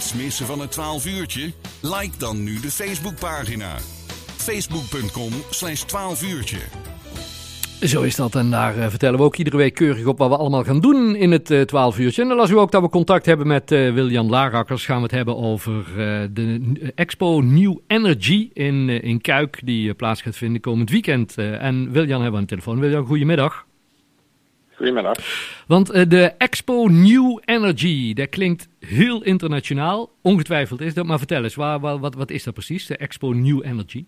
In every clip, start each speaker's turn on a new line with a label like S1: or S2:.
S1: Niets missen van het 12 uurtje? Like dan nu de Facebookpagina. Facebook.com/12 uurtje.
S2: Zo is dat en daar vertellen we ook iedere week keurig op wat we allemaal gaan doen in het 12 uurtje. En dan las u ook dat we contact hebben met Wiljan Larakkers. Gaan we het hebben over de Expo New Energy in Kuik die plaats gaat vinden komend weekend. En Wiljan hebben we aan de telefoon. Wiljan, goedemiddag.
S3: Goedemiddag.
S2: Want de Expo New Energy, dat klinkt heel internationaal. Ongetwijfeld is dat, maar vertel eens, wat is dat precies, de Expo New Energy?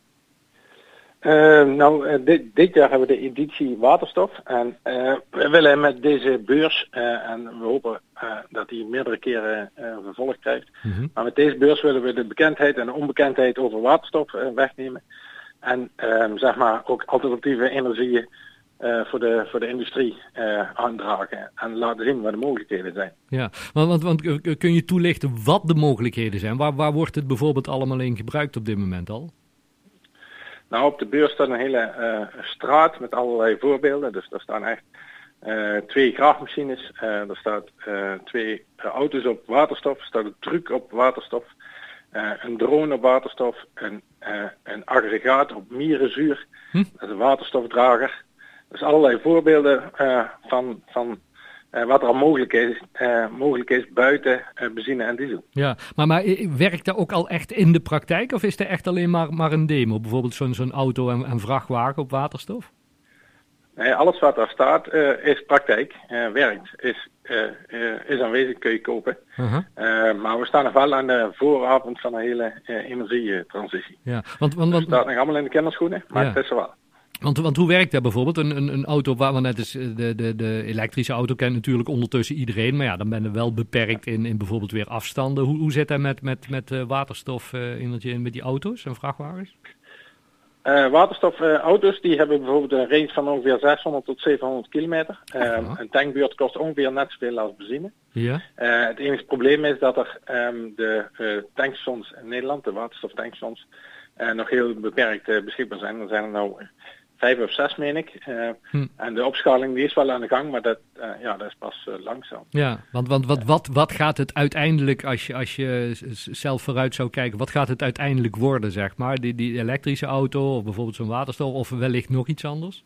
S3: Dit jaar hebben we de editie waterstof en we willen met deze beurs, en we hopen dat die meerdere keren vervolg krijgt, maar met deze beurs willen we de bekendheid en de onbekendheid over waterstof wegnemen en ook alternatieve energieën voor de industrie aandragen en laten zien wat de mogelijkheden zijn.
S2: Ja, want kun je toelichten wat de mogelijkheden zijn? Waar wordt het bijvoorbeeld allemaal in gebruikt op dit moment al?
S3: Nou, op de beurs staat een hele straat met allerlei voorbeelden. Dus daar staan echt 2 graafmachines, er staat 2 auto's op waterstof, er staat een truck op waterstof, een drone op waterstof, een aggregaat op mierenzuur, dat is een waterstofdrager. Dus allerlei voorbeelden van wat er al mogelijk is buiten benzine en diesel.
S2: Ja, maar werkt dat ook al echt in de praktijk of is dat echt alleen maar een demo? Bijvoorbeeld zo'n auto en vrachtwagen op waterstof?
S3: Nee, alles wat daar staat is praktijk, werkt, is aanwezig, kun je kopen. Maar we staan nog wel aan de vooravond van een hele energietransitie.
S2: Ja,
S3: het staat nog allemaal in de kinderschoenen, maar het is er wel.
S2: Want hoe werkt dat bijvoorbeeld? Een auto, want net is de elektrische auto kent natuurlijk ondertussen iedereen, maar ja, dan ben je wel beperkt in bijvoorbeeld weer afstanden. Hoe zit dat met waterstofenergie met die auto's en vrachtwagens?
S3: Waterstofauto's die hebben bijvoorbeeld een range van ongeveer 600 tot 700 kilometer. Een tankbeurt kost ongeveer net zoveel als benzine. Ja. Het enige probleem is dat er de tankstations in Nederland, de waterstoftankstations, nog heel beperkt beschikbaar zijn. Er zijn er nou 5 of 6, meen ik. En de opschaling die is wel aan de gang, maar dat is pas langzaam.
S2: Ja, want wat gaat het uiteindelijk, als je zelf vooruit zou kijken, wat gaat het uiteindelijk worden, zeg maar? Die elektrische auto of bijvoorbeeld zo'n waterstof of wellicht nog iets anders?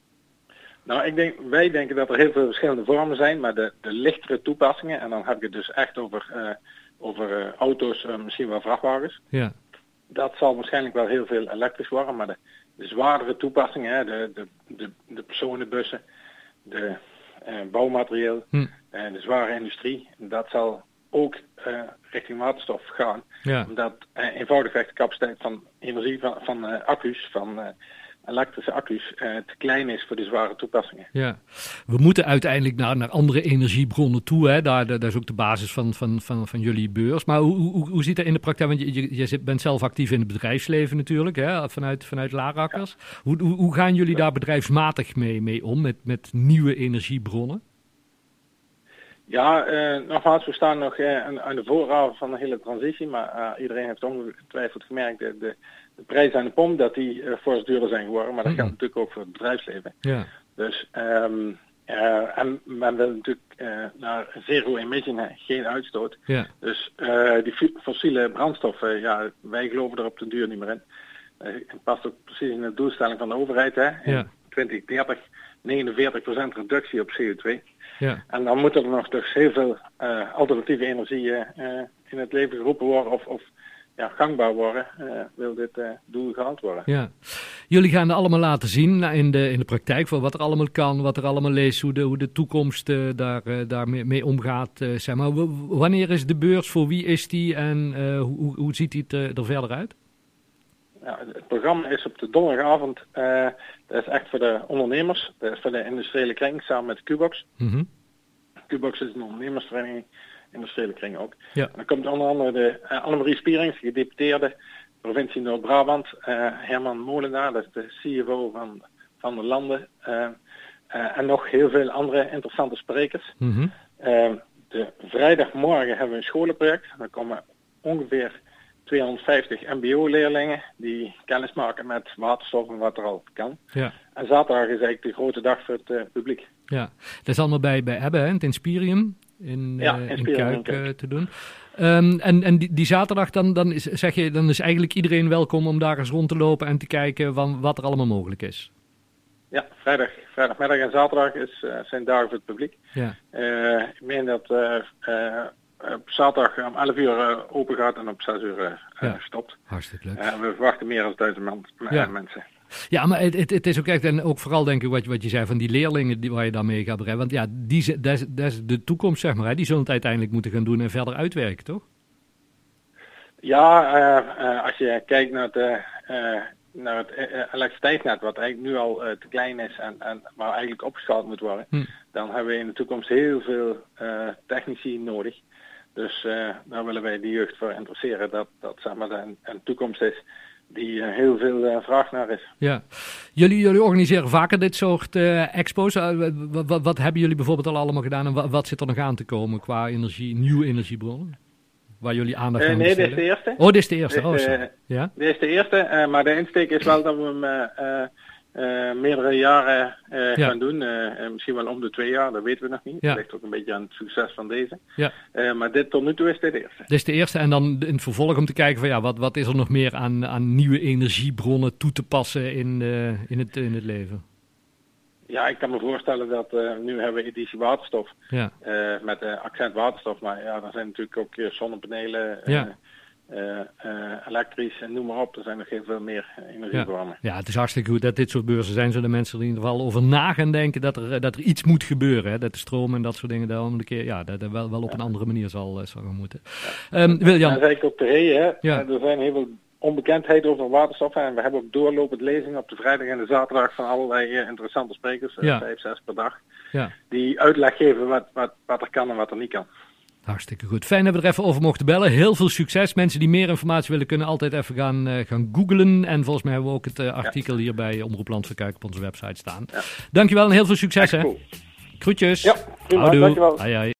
S3: Nou, wij denken dat er heel veel verschillende vormen zijn, maar de lichtere toepassingen, en dan heb ik het dus echt over auto's, misschien wel vrachtwagens. Ja. Dat zal waarschijnlijk wel heel veel elektrisch worden, maar de zwaardere toepassingen, de personenbussen, de bouwmaterieel, de zware industrie, dat zal ook richting waterstof gaan. Ja. Omdat eenvoudigweg de capaciteit van energie van accu's, van elektrische accu's, te klein is voor de zware toepassingen.
S2: Ja, we moeten uiteindelijk naar andere energiebronnen toe. Hè? Daar is ook de basis van jullie beurs. Maar hoe ziet dat in de praktijk? Want je bent zelf actief in het bedrijfsleven natuurlijk, hè? Vanuit Larakkers. Ja. Hoe gaan jullie daar bedrijfsmatig mee om, met nieuwe energiebronnen?
S3: Ja, nogmaals, we staan nog aan de vooravond van de hele transitie, maar iedereen heeft ongetwijfeld gemerkt de prijs aan de pomp dat die fors duurder zijn geworden, maar dat geldt natuurlijk ook voor het bedrijfsleven. Ja. Dus en men wil natuurlijk naar zero emission, geen uitstoot. Ja. Dus die fossiele brandstoffen, wij geloven er op de duur niet meer in. Het past ook precies in de doelstelling van de overheid, hè? In 2030 49% reductie op CO2. Ja. En dan moeten er nog dus heel veel alternatieve energieën in het leven geroepen worden of gangbaar worden, wil dit doel gehaald worden. Ja.
S2: Jullie gaan het allemaal laten zien in de praktijk, voor wat er allemaal kan, wat er allemaal is, hoe de toekomst daar mee omgaat. Zeg maar. Wanneer is de beurs, voor wie is die en hoe ziet die er verder uit?
S3: Ja, het programma is op de donderdagavond, dat is echt voor de ondernemers, dat is voor de industriële kring samen met Qbox. Qbox is een ondernemersvereniging, industriële kring ook. Ja. En dan komt onder andere de Annemarie Spierings, gedeputeerde provincie Noord-Brabant, Herman Molenaar, dat is de CFO van de landen, en nog heel veel andere interessante sprekers. De vrijdagmorgen hebben we een scholenproject, dan komen ongeveer 250 mbo-leerlingen die kennis maken met waterstof en wat er al kan. Ja. En zaterdag is eigenlijk de grote dag voor het publiek.
S2: Ja, dat is allemaal bij Ebbe, hè, het Inspirium. in
S3: Spieren
S2: Kuik te doen. En die zaterdag, dan is eigenlijk iedereen welkom om daar eens rond te lopen en te kijken wat er allemaal mogelijk is.
S3: Ja, vrijdagmiddag en zaterdag zijn dagen voor het publiek.
S2: Ja.
S3: Ik meen dat op zaterdag om 11 uur open gaat en op 6 uur stopt.
S2: Hartstikke leuk.
S3: We verwachten meer dan 1000 mensen.
S2: Ja, maar het is ook echt, en ook vooral denk ik wat je zei van die leerlingen waar je daarmee gaat bereiken. Want ja, dat is de toekomst, zeg maar. Hè? Die zullen het uiteindelijk moeten gaan doen en verder uitwerken, toch?
S3: Ja, als je kijkt naar het elektriciteitsnet, wat eigenlijk nu al te klein is en waar eigenlijk opgeschaald moet worden, dan hebben we in de toekomst heel veel technici nodig. Dus daar willen wij de jeugd voor interesseren, dat zeg maar een toekomst is die heel veel vraag naar is.
S2: Ja. Jullie organiseren vaker dit soort expo's. Wat hebben jullie bijvoorbeeld al allemaal gedaan en wat zit er nog aan te komen qua nieuwe energiebronnen? Waar jullie aandacht aan besteden?
S3: Nee, dit is de eerste.
S2: Oh, dit is de eerste. Ja?
S3: Dit is de eerte, maar de insteek is wel dat we hem meerdere jaren gaan doen. Misschien wel om de 2 jaar, dat weten we nog niet.
S2: Ja.
S3: Dat ligt ook een beetje aan het succes van deze.
S2: Ja.
S3: Maar tot nu toe is dit de eerste.
S2: Dit is de eerste en dan in het vervolg om te kijken van ja, wat is er nog meer aan nieuwe energiebronnen toe te passen in het leven?
S3: Ja, ik kan me voorstellen dat nu hebben we editie waterstof. Ja. Met accent waterstof. Maar ja, dan zijn natuurlijk ook zonnepanelen, elektrisch en noem maar op. Er zijn nog heel veel meer energiebronnen.
S2: Ja, het is hartstikke goed dat dit soort beurzen zijn. Zodat mensen er in ieder geval over na gaan denken dat er iets moet gebeuren. Hè? Dat de stroom en dat soort dingen daar om de keer, dat er wel op een andere manier zal gaan moeten. Wiljan.
S3: Dat is eigenlijk ook de reden. Hè? Ja. Er zijn heel veel onbekendheid over waterstof en we hebben ook doorlopend lezingen op de vrijdag en de zaterdag van allerlei interessante sprekers, 5, 6 per dag, die uitleg geven wat er kan en wat er niet kan.
S2: Hartstikke goed. Fijn dat we er even over mochten bellen. Heel veel succes. Mensen die meer informatie willen kunnen altijd even gaan googlen. En volgens mij hebben we ook het artikel hier bij Omroep Land van Kuik op onze website staan. Ja. Dankjewel en heel veel succes. Hè? Cool. Groetjes.
S3: Ja, prima. Dankjewel.
S2: Hoi, hoi.